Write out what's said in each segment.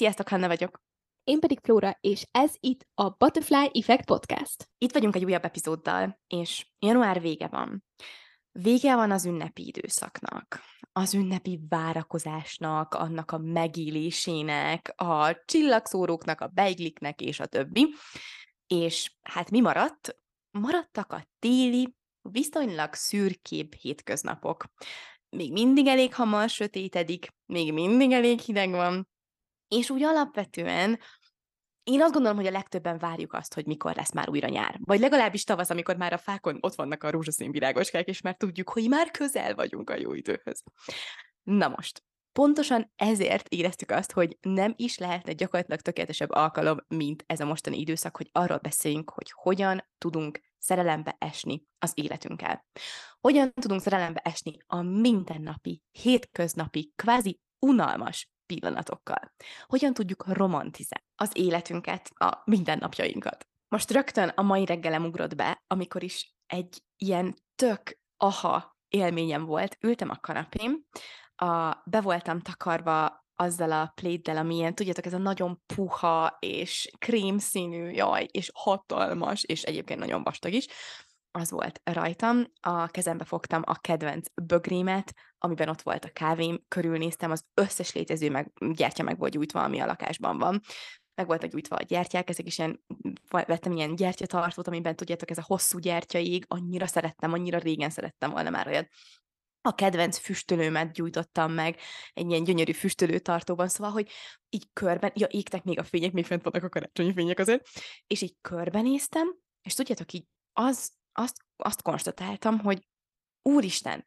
Sziasztok, Hanna vagyok. Én pedig Flóra, és ez itt a Butterfly Effect Podcast. Itt vagyunk egy újabb epizóddal, és január vége van. Vége van az ünnepi időszaknak, az ünnepi várakozásnak, annak a megélésének, a csillagszóróknak, a beigliknek és a többi. És hát mi maradt? Maradtak a téli, viszonylag szürkébb hétköznapok. Még mindig elég hamar sötétedik, még mindig elég hideg van, és úgy alapvetően én azt gondolom, hogy a legtöbben várjuk azt, hogy mikor lesz már újra nyár. Vagy legalábbis tavasz, amikor már a fákon ott vannak a rózsaszín virágoskák, és már tudjuk, hogy már közel vagyunk a jó időhöz. Na most, pontosan ezért éreztük azt, hogy nem is lehetne gyakorlatilag tökéletesebb alkalom, mint ez a mostani időszak, hogy arról beszéljünk, hogy hogyan tudunk szerelembe esni az életünkkel. Hogyan tudunk szerelembe esni a mindennapi, hétköznapi, kvázi unalmas pillanatokkal. Hogyan tudjuk romantizálni az életünket, a mindennapjainkat. Most rögtön a mai reggelem ugrott be, amikor is egy ilyen tök aha élményem volt. Ültem a kanapén, be voltam takarva azzal a pléddel, ami ilyen, tudjátok, ez a nagyon puha és krémszínű, jaj, és hatalmas, és egyébként nagyon vastag is, az volt rajtam, a kezembe fogtam a kedvenc bögrémet, amiben ott volt a kávém, körülnéztem, az összes létező gyertya meg volt gyújtva, ami a lakásban van. Meg voltak gyújtva a gyertyák, ezek is ilyen, vettem ilyen gyertyatartót, amiben tudjátok, ez a hosszú gyertyaig, annyira szerettem, annyira régen szerettem volna már olyat. A kedvenc füstölőmet gyújtottam meg egy ilyen gyönyörű füstölőtartóban, szóval, hogy így körben, égtek még a fények, még fent vannak a karácsonyi fények azért, és így körbenéztem, és tudjátok, így azt konstatáltam, hogy úristen,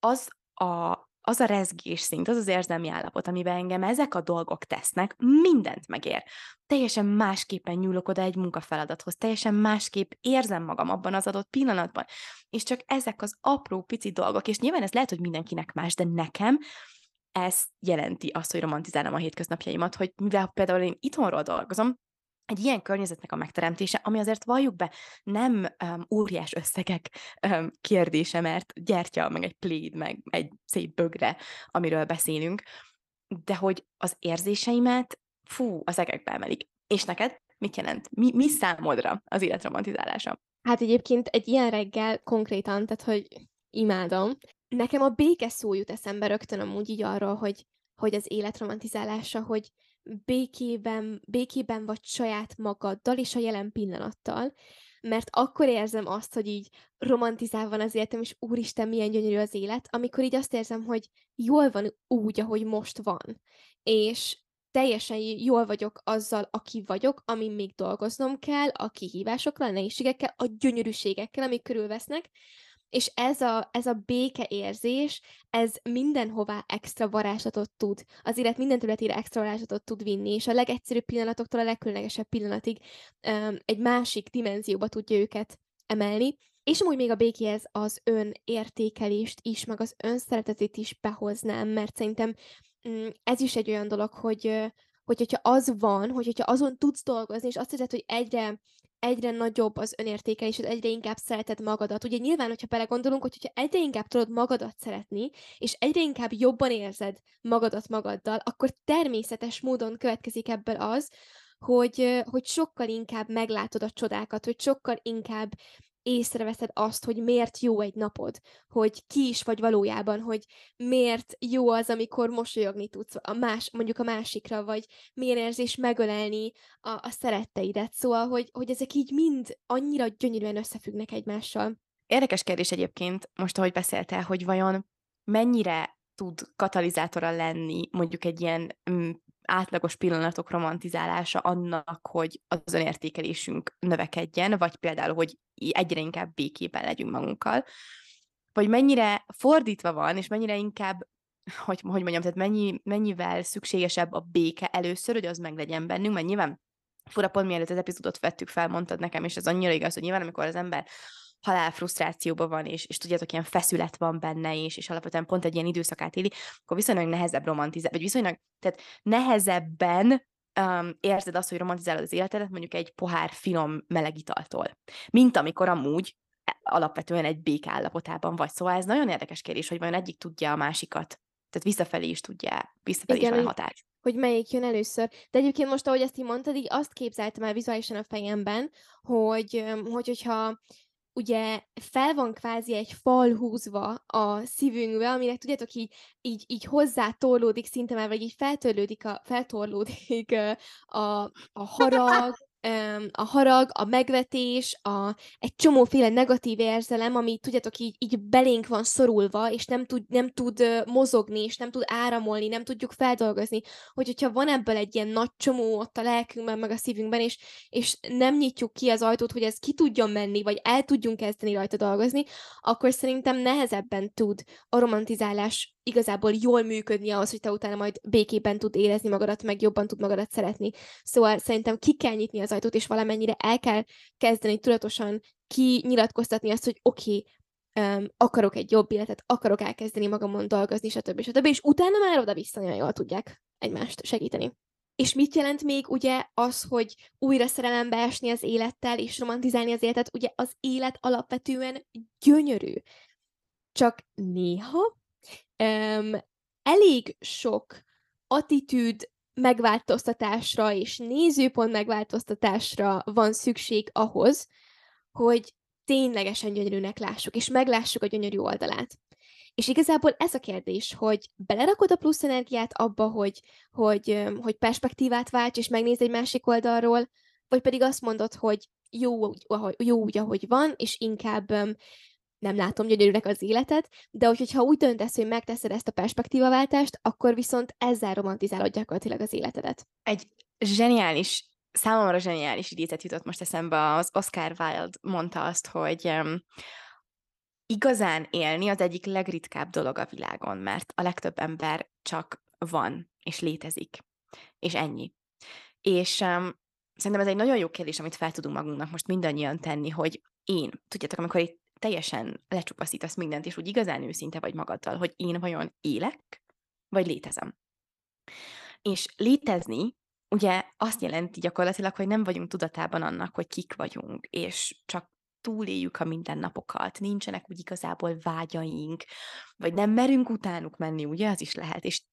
az a rezgés szint, az az érzelmi állapot, amiben engem ezek a dolgok tesznek, mindent megér. Teljesen másképpen nyúlok oda egy munkafeladathoz, teljesen másképp érzem magam abban az adott pillanatban. És csak ezek az apró pici dolgok, és nyilván ez lehet, hogy mindenkinek más, de nekem ez jelenti azt, hogy romantizálom a hétköznapjaimat, hogy mivel például én itthonról dolgozom, egy ilyen környezetnek a megteremtése, ami azért valljuk be, nem óriás összegek kérdése, mert gyertya, meg egy pléd, meg egy szép bögre, amiről beszélünk, de hogy az érzéseimet, az egekbe emelik. És neked mit jelent? Mi számodra az élet romantizálása? Hát egyébként egy ilyen reggel konkrétan, tehát hogy imádom. Nekem a béke szó jut eszembe rögtön amúgy így arról, hogy az élet romantizálása, hogy békében vagy saját magaddal és a jelen pillanattal, mert akkor érzem azt, hogy így romantizálva van az életem, és úristen, milyen gyönyörű az élet, amikor így azt érzem, hogy jól van úgy, ahogy most van. És teljesen jól vagyok azzal, aki vagyok, amin még dolgoznom kell, a kihívásokkal, a nehézségekkel, a gyönyörűségekkel, amik körülvesznek, és ez a békeérzés, ez mindenhová extra varázslatot tud, az élet minden területére extra varázslatot tud vinni, és a legegyszerűbb pillanatoktól a legkülönlegesebb pillanatig egy másik dimenzióba tudja őket emelni. És amúgy még a békéhez az önértékelést is, meg az önszeretetét is behoznám, mert szerintem ez is egy olyan dolog, hogyha az van, hogyha azon tudsz dolgozni, és azt érzed, hogy egyre nagyobb az önértékelésed, egyre inkább szereted magadat. Ugye nyilván, hogyha belegondolunk, hogyha egyre inkább tudod magadat szeretni, és egyre inkább jobban érzed magadat magaddal, akkor természetes módon következik ebből az, hogy sokkal inkább meglátod a csodákat, hogy sokkal inkább észreveszed azt, hogy miért jó egy napod, hogy ki is vagy valójában, hogy miért jó az, amikor mosolyogni tudsz mondjuk a másikra, vagy milyen érzés megölelni a szeretteidet. Szóval, hogy ezek így mind annyira gyönyörűen összefüggnek egymással. Érdekes kérdés egyébként, most ahogy beszéltél, hogy vajon mennyire tud katalizátora lenni mondjuk egy ilyen átlagos pillanatok romantizálása annak, hogy az önértékelésünk növekedjen, vagy például, hogy egyre inkább békében legyünk magunkkal, vagy mennyire fordítva van, és mennyire inkább, hogy mondjam, tehát mennyivel szükségesebb a béke először, hogy az meglegyen bennünk, mert nyilván fura, pont mielőtt az epizódot vettük fel, mondtad nekem, és ez annyira igaz, hogy nyilván amikor az ember halálfrusztrációban van, és tudjátok, ilyen feszület van benne, és alapvetően pont egy ilyen időszakát éli, akkor viszonylag nehezebb romantizálni, vagy viszonylag, tehát nehezebben érzed azt, hogy romantizálod az életedet mondjuk egy pohár finom meleg italtól. Mint amikor amúgy alapvetően egy béke állapotában vagy. Szóval ez nagyon érdekes kérdés, hogy vajon egyik tudja a másikat Tehát visszafelé is Igen, van a hatás. hogy melyik jön először. De egyébként most, ahogy ezt így mondtad, így azt képzeltem el vizuálisan a fejemben, hogyha ugye fel van kvázi egy fal húzva a szívünkbe, amire tudjátok így hozzá torlódik szinte már, vagy így feltorlódik a harag, a megvetés, egy csomóféle negatív érzelem, ami tudjátok így belénk van szorulva, és nem tud mozogni, és nem tud áramolni, nem tudjuk feldolgozni. Hogyha van ebből egy ilyen nagy csomó ott a lelkünkben, meg a szívünkben, és nem nyitjuk ki az ajtót, hogy ez ki tudjon menni, vagy el tudjunk kezdeni rajta dolgozni, akkor szerintem nehezebben tud a romantizálás igazából jól működni ahhoz, hogy te utána majd békében tud érezni magadat, meg jobban tud magadat szeretni. Szóval szerintem ki kell nyitni az ajtót, és valamennyire el kell kezdeni tudatosan kinyilatkoztatni azt, hogy oké, akarok egy jobb életet, akarok elkezdeni magamon dolgozni, stb. És utána már oda-vissza nagyon jól tudják egymást segíteni. És mit jelent még ugye az, hogy újra szerelembe esni az élettel, és romantizálni az életet? Ugye az élet alapvetően gyönyörű. Csak néha elég sok attitűd megváltoztatásra és nézőpont megváltoztatásra van szükség ahhoz, hogy ténylegesen gyönyörűnek lássuk, és meglássuk a gyönyörű oldalát. És igazából ez a kérdés, hogy belerakod a plusz energiát abba, hogy perspektívát válts, és megnézd egy másik oldalról, vagy pedig azt mondod, hogy jó úgy, ahogy van, és inkább nem látom gyönyörűnek az életet, de hogyha úgy döntesz, hogy megteszed ezt a perspektívaváltást, akkor viszont ezzel romantizálod gyakorlatilag az életedet. Egy számomra zseniális idézet jutott most eszembe, az Oscar Wilde mondta azt, hogy igazán élni az egyik legritkább dolog a világon, mert a legtöbb ember csak van, és létezik. És ennyi. És szerintem ez egy nagyon jó kérdés, amit fel tudunk magunknak most mindannyian tenni, hogy tudjátok, amikor itt teljesen lecsupaszítasz mindent, és úgy igazán őszinte vagy magaddal, hogy én vajon élek, vagy létezem. És létezni ugye azt jelenti gyakorlatilag, hogy nem vagyunk tudatában annak, hogy kik vagyunk, és csak túléljük a mindennapokat, nincsenek úgy igazából vágyaink, vagy nem merünk utánuk menni, ugye, az is lehet. És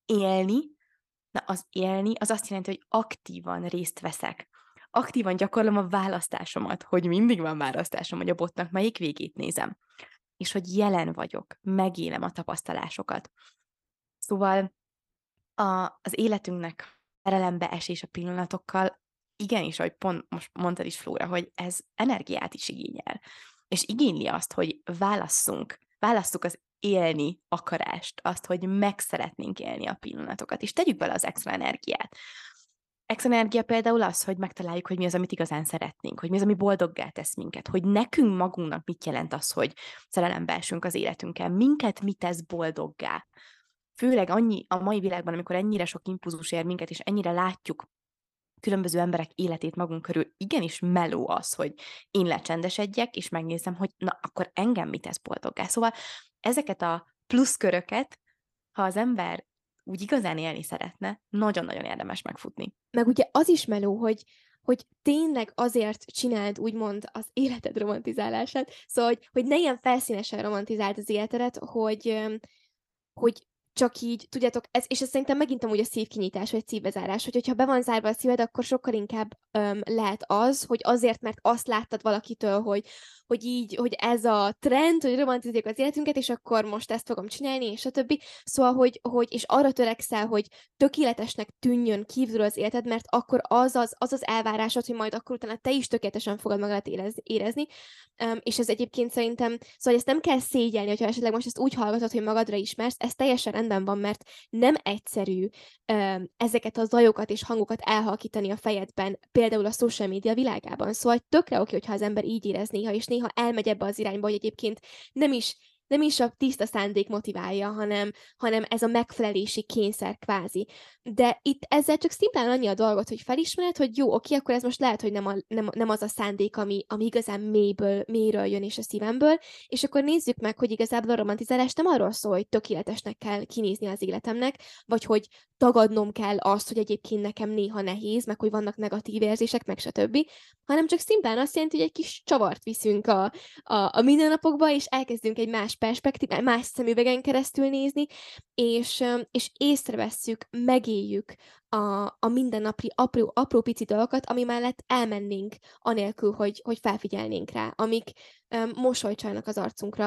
élni az azt jelenti, hogy aktívan részt veszek. Aktívan gyakorlom a választásomat, hogy mindig van választásom, hogy a botnak melyik végét nézem. És hogy jelen vagyok, megélem a tapasztalásokat. Szóval az életünknek szerelembe esés a pillanatokkal, igenis, ahogy pont most mondtad is, Flóra, hogy ez energiát is igényel. És igényli azt, hogy válasszuk az élni akarást, azt, hogy meg szeretnénk élni a pillanatokat, és tegyük bele az extra energiát. Extra energia például az, hogy megtaláljuk, hogy mi az, amit igazán szeretnénk, hogy mi az, ami boldoggá tesz minket, hogy nekünk magunknak mit jelent az, hogy szerelembe esünk az életünkkel, minket mit tesz boldoggá. Főleg a mai világban, amikor ennyire sok impulzus ér minket, és ennyire látjuk különböző emberek életét magunk körül, igenis meló az, hogy én lecsendesedjek, és megnézem, hogy na, akkor engem mit tesz boldoggá. Szóval ezeket a pluszköröket, ha az ember úgy igazán élni szeretne, nagyon-nagyon érdemes megfutni. Meg ugye az is meló, hogy tényleg azért csináld úgymond az életed romantizálását, szóval, hogy ne ilyen felszínesen romantizáld az életedet, hogy csak így, tudjátok, és ez szerintem megint amúgy a szívkinyitás, vagy szívbezárás, hogyha be van zárva a szíved, akkor sokkal inkább lehet az, hogy azért, mert azt láttad valakitől, hogy ez a trend, hogy romantizáljuk az életünket, és akkor most ezt fogom csinálni, és a többi. Szóval, és arra törekszel, hogy tökéletesnek tűnjön kívülről az életed, mert akkor az az elvárásod, hogy majd akkor utána te is tökéletesen fogod magadat érezni. És ez egyébként szerintem, szóval ezt nem kell szégyelni, hogyha esetleg most ezt úgy hallgatod, hogy magadra ismersz, ez teljesen rendben van, mert nem egyszerű ezeket a zajokat és hangokat elhalkítani a fejedben, például a social media világában. Szóval tökre oké, hogyha az ember így érez néha, és néha elmegy ebbe az irányba, hogy egyébként nem is a tiszta szándék motiválja, hanem ez a megfelelési kényszer kvázi. De itt ezzel csak szimplán annyi a dolgot, hogy felismered, hogy jó, oké, akkor ez most lehet, hogy nem az a szándék, ami igazán mélyről jön és a szívemből, és akkor nézzük meg, hogy igazából a romantizálás nem arról szól, hogy tökéletesnek kell kinézni az életemnek, vagy hogy tagadnom kell azt, hogy egyébként nekem néha nehéz, meg hogy vannak negatív érzések, meg stb., hanem csak szimplán azt jelenti, hogy egy kis csavart viszünk a mindennapokba, és elkezdünk egy más perspektíván, más szemüvegen keresztül nézni, és észrevesszük, megéljük a mindennapi apró pici dolgokat, ami mellett elmennénk anélkül, hogy felfigyelnénk rá, amik mosolyt csajnak az arcunkra,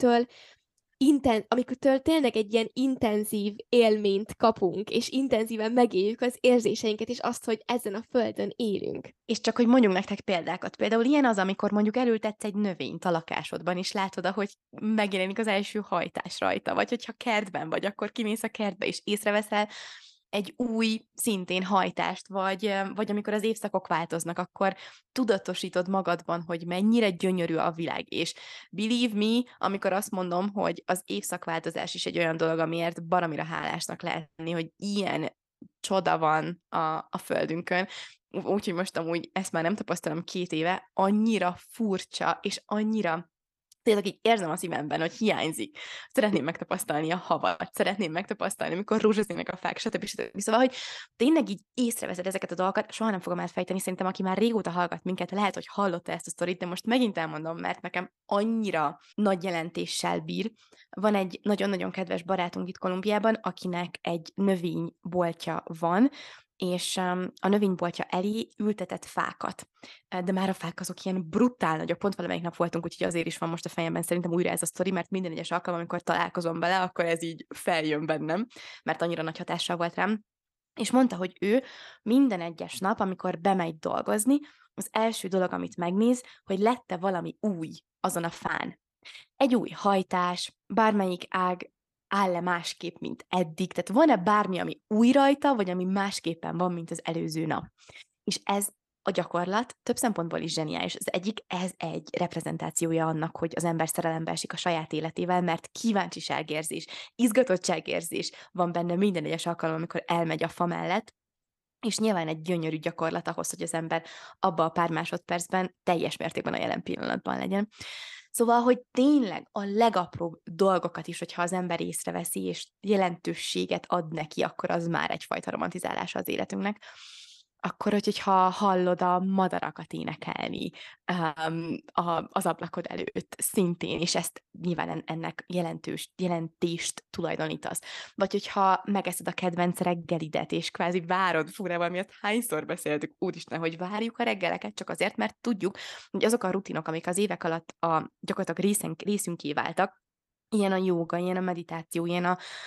amiktől tényleg egy ilyen intenzív élményt kapunk, és intenzíven megéljük az érzéseinket, és azt, hogy ezen a földön élünk. És csak, hogy mondjunk nektek példákat. Például ilyen az, amikor mondjuk elültetsz egy növényt a lakásodban, és látod, ahogy megjelenik az első hajtás rajta, vagy hogyha kertben vagy, akkor kimész a kertbe, és észreveszel egy új, szintén hajtást, vagy amikor az évszakok változnak, akkor tudatosítod magadban, hogy mennyire gyönyörű a világ. És believe me, amikor azt mondom, hogy az évszakváltozás is egy olyan dolog, amiért baromira hálásnak lehet lenni, hogy ilyen csoda van a földünkön. Úgyhogy most amúgy ezt már nem tapasztalom 2 éve, annyira furcsa, és annyira tényleg így érzem a szívemben, hogy hiányzik. Szeretném megtapasztalni a havat, szeretném megtapasztalni, amikor rózsaszínek a fák, stb. Szóval, hogy tényleg így észreveszed ezeket a dolgokat, soha nem fogom elfejteni, szerintem aki már régóta hallgat minket, lehet, hogy hallotta ezt a sztorit, de most megint elmondom, mert nekem annyira nagy jelentéssel bír. Van egy nagyon-nagyon kedves barátunk itt Kolumbiában, akinek egy növényboltja van, és a növényboltja elé ültetett fákat. De már a fák azok ilyen brutál nagyok, pont valamelyik nap voltunk, úgyhogy azért is van most a fejemben szerintem újra ez a sztori, mert minden egyes alkalom, amikor találkozom vele, akkor ez így feljön bennem, mert annyira nagy hatással volt rám. És mondta, hogy ő minden egyes nap, amikor bemegy dolgozni, az első dolog, amit megnéz, hogy lett-e valami új azon a fán. Egy új hajtás, bármelyik ág áll-e másképp, mint eddig, tehát van-e bármi, ami új rajta, vagy ami másképpen van, mint az előző nap. És ez a gyakorlat több szempontból is zseniális. Az egyik, ez egy reprezentációja annak, hogy az ember szerelembe esik a saját életével, mert kíváncsiságérzés, izgatottságérzés van benne minden egyes alkalom, amikor elmegy a fa mellett, és nyilván egy gyönyörű gyakorlat ahhoz, hogy az ember abba a pár másodpercben teljes mértékben a jelen pillanatban legyen. Szóval, hogy tényleg a legapróbb dolgokat is, hogyha az ember észreveszi, és jelentőséget ad neki, akkor az már egyfajta romantizálása az életünknek. Akkor, hogyha hallod a madarakat énekelni az ablakod előtt szintén, és ezt nyilván ennek jelentést tulajdonítasz. Vagy hogyha megeszed a kedvenc reggelidet, és kvázi várod, furával miatt hányszor beszéltük, úristen, hogy várjuk a reggeleket, csak azért, mert tudjuk, hogy azok a rutinok, amik az évek alatt gyakorlatilag részünké váltak, ilyen a jóga, ilyen a meditáció, ilyen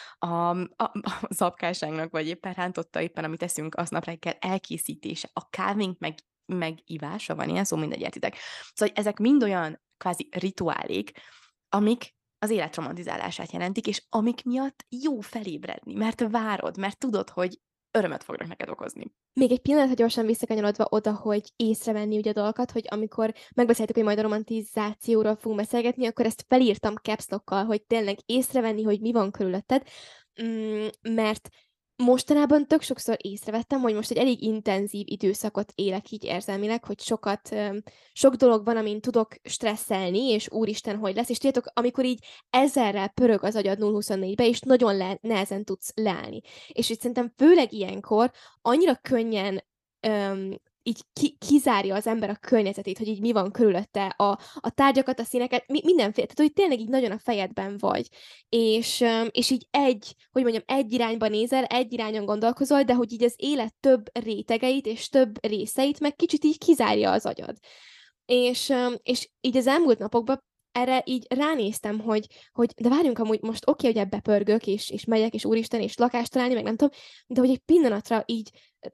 a zapkásságnak, vagy éppen rántotta éppen, amit eszünk aznap reggel elkészítése, a kávénk meg ivása, van ilyen szó, mindegy, értitek. Szóval hogy ezek mind olyan kvázi rituálék, amik az élet romantizálását jelentik, és amik miatt jó felébredni, mert várod, mert tudod, hogy örömet fognak neked okozni. Még egy pillanatra gyorsan visszakanyarodva oda, hogy észrevenni ugye a dolgokat, hogy amikor megbeszéltük, hogy majd a romantizációról fogunk beszélgetni, akkor ezt felírtam caps lockkal, hogy tényleg észrevenni, hogy mi van körülötted, mert mostanában tök sokszor észrevettem, hogy most egy elég intenzív időszakot élek így érzelmileg, hogy sok dolog van, amin tudok stresszelni, és úristen, hogy lesz, és tudjátok, amikor így ezerrel pörög az agyad 0-24-be, és nagyon nehezen tudsz leállni. És itt szerintem főleg ilyenkor annyira könnyen így kizárja az ember a környezetét, hogy így mi van körülötte, a tárgyakat, a színeket, mindenféle, tehát hogy tényleg így nagyon a fejedben vagy. És így egy irányba nézel, egy irányon gondolkozol, de hogy így az élet több rétegeit és több részeit meg kicsit így kizárja az agyad. És így az elmúlt napokban erre így ránéztem, hogy de várjunk, amúgy most oké, hogy ebbe pörgök, és megyek, és úristen, és lakást találni, meg nem tudom, de hogy egy pillanatra így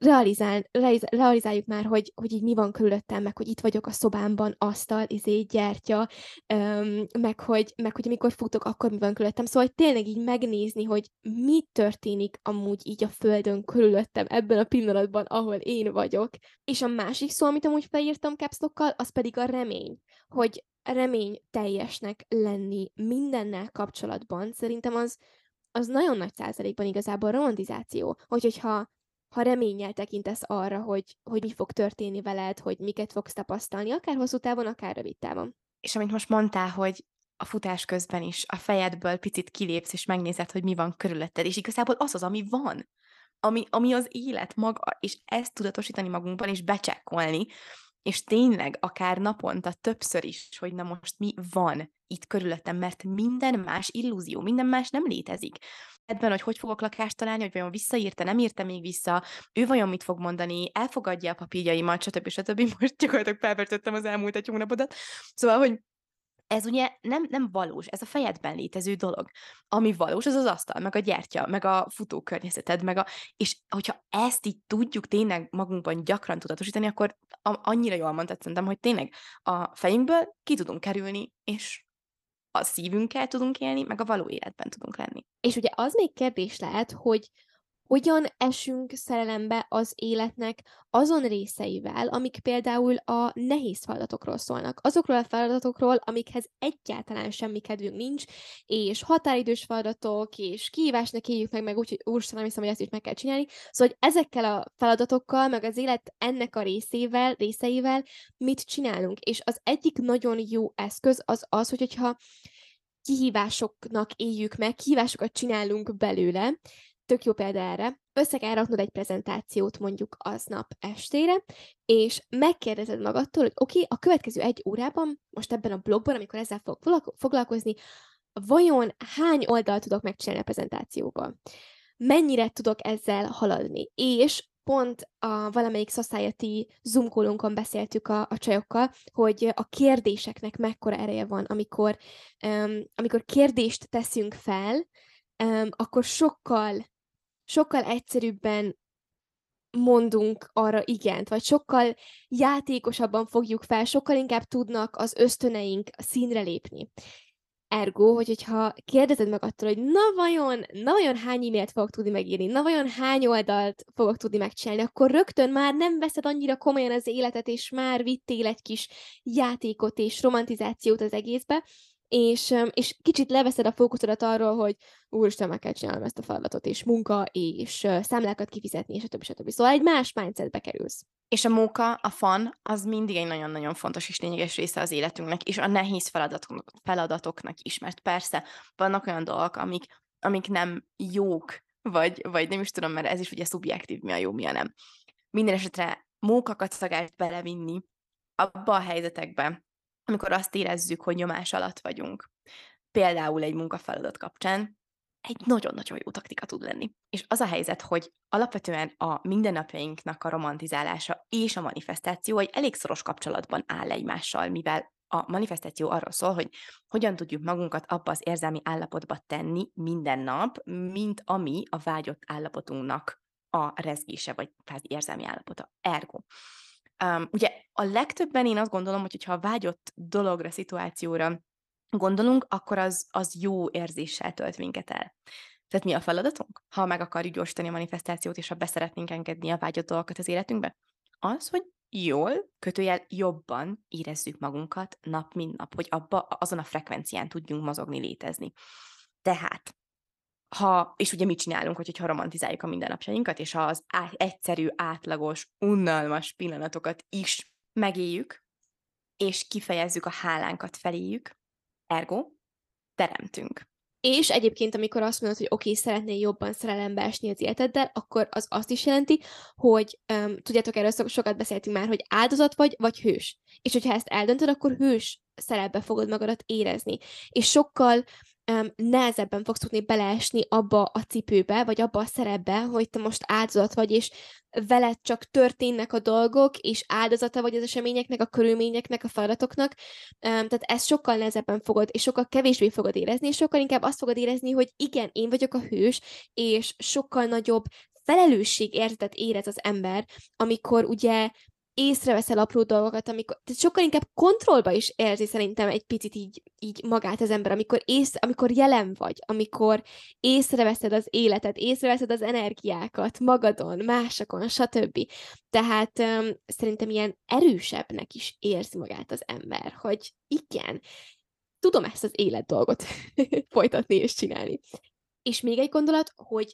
realizáljuk már, hogy így mi van körülöttem, meg hogy itt vagyok a szobámban, asztal, gyertya, meg hogy amikor futok, akkor mi van körülöttem. Szóval hogy tényleg így megnézni, hogy mi történik amúgy így a földön körülöttem ebben a pillanatban, ahol én vagyok. És a másik szó, amit amúgy felírtam caps lockkal, az pedig a remény, hogy remény teljesnek lenni mindennel kapcsolatban, szerintem az nagyon nagy százalékban igazából romantizáció, hogyha reménnyel tekintesz arra, hogy mi fog történni veled, hogy miket fogsz tapasztalni, akár hosszú távon, akár rövid távon. És amit most mondtál, hogy a futás közben is a fejedből picit kilépsz, és megnézed, hogy mi van körülötted, és igazából az az, ami van. ami az élet maga, és ezt tudatosítani magunkban, és becsekkolni, és tényleg akár naponta többször is, hogy na most mi van itt körülöttem, mert minden más illúzió, minden más nem létezik. Ebben, hogy fogok lakást találni, hogy vajon visszaírta, nem írta még vissza, ő vajon mit fog mondani, elfogadja a papírjaimat, stb. Most gyakorlatilag felvertettem az elmúlt egy hónapodat. Szóval, hogy ez ugye nem valós, ez a fejedben létező dolog. Ami valós, az az asztal, meg a gyertya, meg a futókörnyezeted, és hogyha ezt így tudjuk tényleg magunkban gyakran tudatosítani, akkor annyira jól mondtad szerintem, hogy tényleg a fejünkből ki tudunk kerülni, és a szívünkkel tudunk élni, meg a való életben tudunk lenni. És ugye az még kérdés lehet, hogy hogyan esünk szerelembe az életnek azon részeivel, amik például a nehéz feladatokról szólnak. Azokról a feladatokról, amikhez egyáltalán semmi kedvünk nincs, és határidős feladatok, és kihívásnak éljük meg úgy, hogy úristen, nem hiszem, hogy ezt is meg kell csinálni. Szóval, hogy ezekkel a feladatokkal, meg az élet ennek a részeivel mit csinálunk. És az egyik nagyon jó eszköz az, hogyha kihívásoknak éljük meg, kihívásokat csinálunk belőle. Tök jó példa erre. Össze kell raknod egy prezentációt mondjuk aznap estére, és megkérdezed magadtól, hogy oké, a következő 1 órában, most ebben a blogban, amikor ezzel fogok foglalkozni, vajon hány oldalt tudok megcsinálni a prezentációban? Mennyire tudok ezzel haladni? És pont a valamelyik Society Zoom call-unkon beszéltük a csajokkal, hogy a kérdéseknek mekkora ereje van, amikor kérdést teszünk fel, akkor sokkal egyszerűbben mondunk arra igent, vagy sokkal játékosabban fogjuk fel, sokkal inkább tudnak az ösztöneink színre lépni. Ergo, hogyha kérdezed meg attól, hogy na vajon hány e-mailt fogok tudni megírni, na vajon hány oldalt fogok tudni megcsinálni, akkor rögtön már nem veszed annyira komolyan az életet, és már vittél egy kis játékot és romantizációt az egészbe, és kicsit leveszed a fókuszodat arról, hogy úristen, meg kell csinálnom ezt a feladatot, és munka, és számlákat kifizetni, és a többi, stb. Szóval egy más mindsetbe kerülsz. És a móka, a fun, az mindig egy nagyon-nagyon fontos és lényeges része az életünknek, és a nehéz feladatoknak is, mert persze vannak olyan dolgok, amik nem jók, vagy nem is tudom, mert ez is ugye szubjektív, mi a jó, mi a nem. Minden esetre mókakacagást belevinni abba a helyzetekbe, amikor azt érezzük, hogy nyomás alatt vagyunk. Például egy munkafeladat kapcsán, egy nagyon-nagyon jó taktika tud lenni. És az a helyzet, hogy alapvetően a mindennapjainknak a romantizálása és a manifestáció egy elég szoros kapcsolatban áll egymással, mivel a manifestáció arról szól, hogy hogyan tudjuk magunkat abba az érzelmi állapotba tenni minden nap, mint ami a vágyott állapotunknak a rezgése, vagy kvázi érzelmi állapota. Ergo. Ugye a legtöbben én azt gondolom, hogy ha a vágyott dologra, szituációra gondolunk, akkor az jó érzéssel tölt minket el. Tehát mi a feladatunk? Ha meg akarjuk gyorsítani a manifestációt, és ha beszeretnénk engedni a vágyott dolgokat az életünkbe? Az, hogy jól, jobban érezzük magunkat nap, mint nap, hogy azon a frekvencián tudjunk mozogni, létezni. Tehát, és ugye mit csinálunk, hogyha romantizáljuk a mindennapjainkat, és az egyszerű, átlagos, unalmas pillanatokat is megéljük, és kifejezzük a hálánkat feléjük, ergo teremtünk. És egyébként, amikor azt mondod, hogy oké, szeretnél jobban szerelembe esni az életeddel, akkor az azt is jelenti, hogy tudjátok, erről sokat beszéltünk már, hogy áldozat vagy hős. És hogyha ezt eldöntöd, akkor hős szerepbe fogod magadat érezni. És sokkal nehezebben fogsz tudni beleesni abba a cipőbe, vagy abba a szerepbe, hogy te most áldozat vagy, és veled csak történnek a dolgok, és áldozata vagy az eseményeknek, a körülményeknek, a feladatoknak. Tehát ezt sokkal nehezebben fogod, és sokkal kevésbé fogod érezni, és sokkal inkább azt fogod érezni, hogy igen, én vagyok a hős, és sokkal nagyobb felelősségérzetet érez az ember, amikor ugye észreveszel apró dolgokat, tehát sokkal inkább kontrollba is érzi szerintem egy picit így magát az ember, amikor jelen vagy, amikor észreveszed az életet, észreveszed az energiákat magadon, másokon, stb. Tehát szerintem ilyen erősebbnek is érzi magát az ember, hogy igen, tudom ezt az élet dolgot folytatni és csinálni. És még egy gondolat, hogy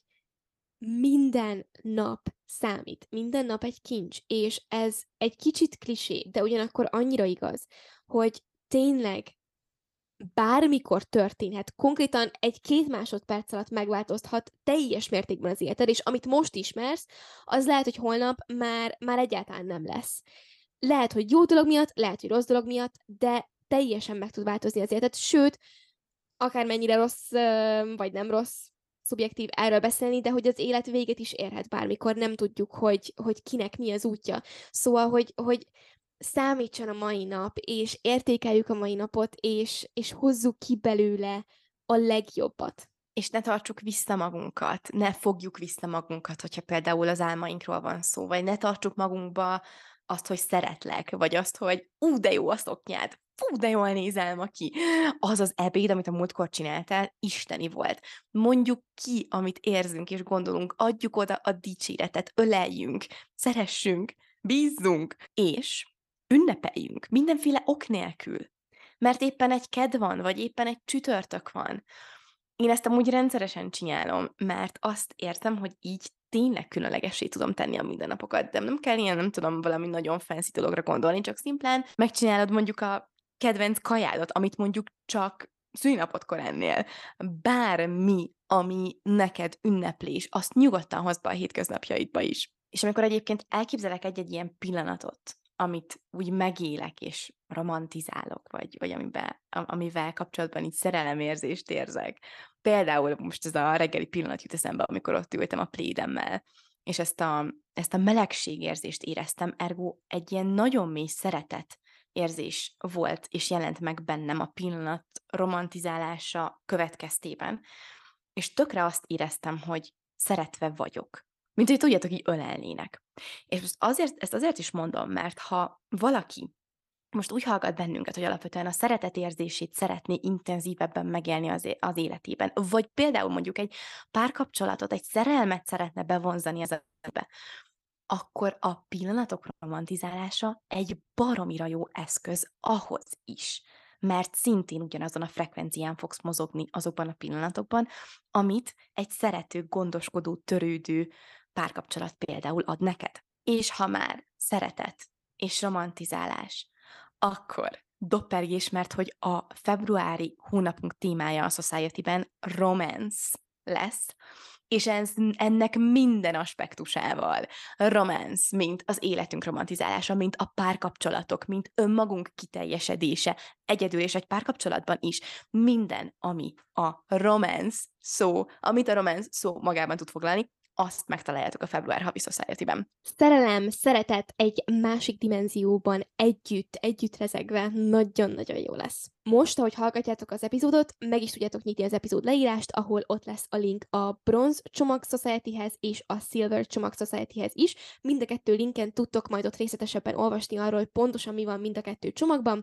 minden nap számít, minden nap egy kincs, és ez egy kicsit klisé, de ugyanakkor annyira igaz, hogy tényleg bármikor történhet. Konkrétan 1-2 másodperc alatt megváltozhat teljes mértékben az életed, és amit most ismersz, az lehet, hogy holnap már egyáltalán nem lesz. Lehet, hogy jó dolog miatt, lehet, hogy rossz dolog miatt, de teljesen meg tud változni az életed, sőt, akármennyire rossz, vagy nem rossz, szubjektív erről beszélni, de hogy az élet véget is érhet bármikor, nem tudjuk, hogy kinek mi az útja. Szóval, hogy számítson a mai nap, és értékeljük a mai napot, és hozzuk ki belőle a legjobbat. És ne tartsuk vissza magunkat, ne fogjuk vissza magunkat, hogyha például az álmainkról van szó, vagy ne tartsuk magunkba azt, hogy szeretlek, vagy azt, hogy de jó a szoknyád, de jól nézel ma ki. Az az ebéd, amit a múltkor csináltál, isteni volt. Mondjuk ki, amit érzünk és gondolunk, adjuk oda a dicséretet, öleljünk, szeressünk, bízzunk, és ünnepeljünk mindenféle ok nélkül. Mert éppen egy kedd van, vagy éppen egy csütörtök van. Én ezt amúgy rendszeresen csinálom, mert azt érzem, hogy így tényleg különlegessé tudom tenni a mindennapokat, de nem kell ilyen, nem tudom, valami nagyon fancy dologra gondolni, csak szimplán megcsinálod mondjuk a kedvenc kajádat, amit mondjuk csak szülinapotkor ennél. Bármi, ami neked ünneplés, azt nyugodtan hozd be a hétköznapjaidba is. És amikor egyébként elképzelek egy-egy ilyen pillanatot, amit úgy megélek és romantizálok, vagy amivel kapcsolatban így szerelemérzést érzek. Például most ez a reggeli pillanat jut eszembe, amikor ott ültem a plédemmel, és ezt a melegségérzést éreztem, ergo egy ilyen nagyon mély szeretet érzés volt, és jelent meg bennem a pillanat romantizálása következtében, és tökre azt éreztem, hogy szeretve vagyok. Mint hogy tudjátok, így ölelnének. És ezt azért is mondom, mert ha valaki most úgy hallgat bennünket, hogy alapvetően a szeretetérzését szeretné intenzívebben megélni az életében, vagy például mondjuk egy párkapcsolatot, egy szerelmet szeretne bevonzani az életbe, akkor a pillanatok romantizálása egy baromira jó eszköz ahhoz is, mert szintén ugyanazon a frekvencián fogsz mozogni azokban a pillanatokban, amit egy szerető, gondoskodó, törődő párkapcsolat például ad neked. És ha már szeretet és romantizálás, akkor doppergés, mert hogy a februári hónapunk témája a Society-ben romance lesz, és ennek minden aspektusával. Romance, mint az életünk romantizálása, mint a párkapcsolatok, mint önmagunk kiteljesedése, egyedül és egy párkapcsolatban is. Minden, ami a romance szó, amit a romance szó magában tud foglalni, azt megtaláljátok a Február Havi Society-ben. Szerelem, szeretet egy másik dimenzióban együtt rezegve nagyon-nagyon jó lesz. Most, ahogy hallgatjátok az epizódot, meg is tudjátok nyitni az epizód leírást, ahol ott lesz a link a Bronze Csomag Society-hez és a Silver Csomag Society-hez is. Mind a 2 linken tudtok majd ott részletesebben olvasni arról, hogy pontosan mi van mind a 2 csomagban.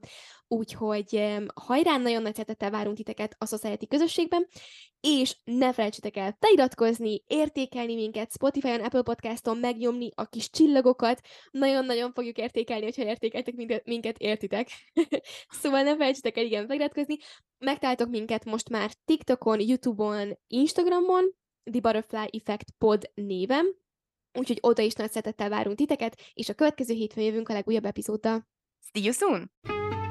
Úgyhogy hajrá, nagyon nagy szeretettel várunk titeket a Society közösségben, és ne felejtsetek el feliratkozni, értékelni minket Spotify-on, Apple Podcaston, megnyomni a kis csillagokat. Nagyon-nagyon fogjuk értékelni, hogyha értékeltek minket, értitek. Szóval ne felejtsetek el igen feliratkozni. Megtaláltok minket most már TikTokon, YouTube-on, Instagramon, The Butterfly Effect Pod néven. Úgyhogy oda is nagy szeretettel várunk titeket, és a következő hétfőn jövünk a legújabb epizóddal. See you soon!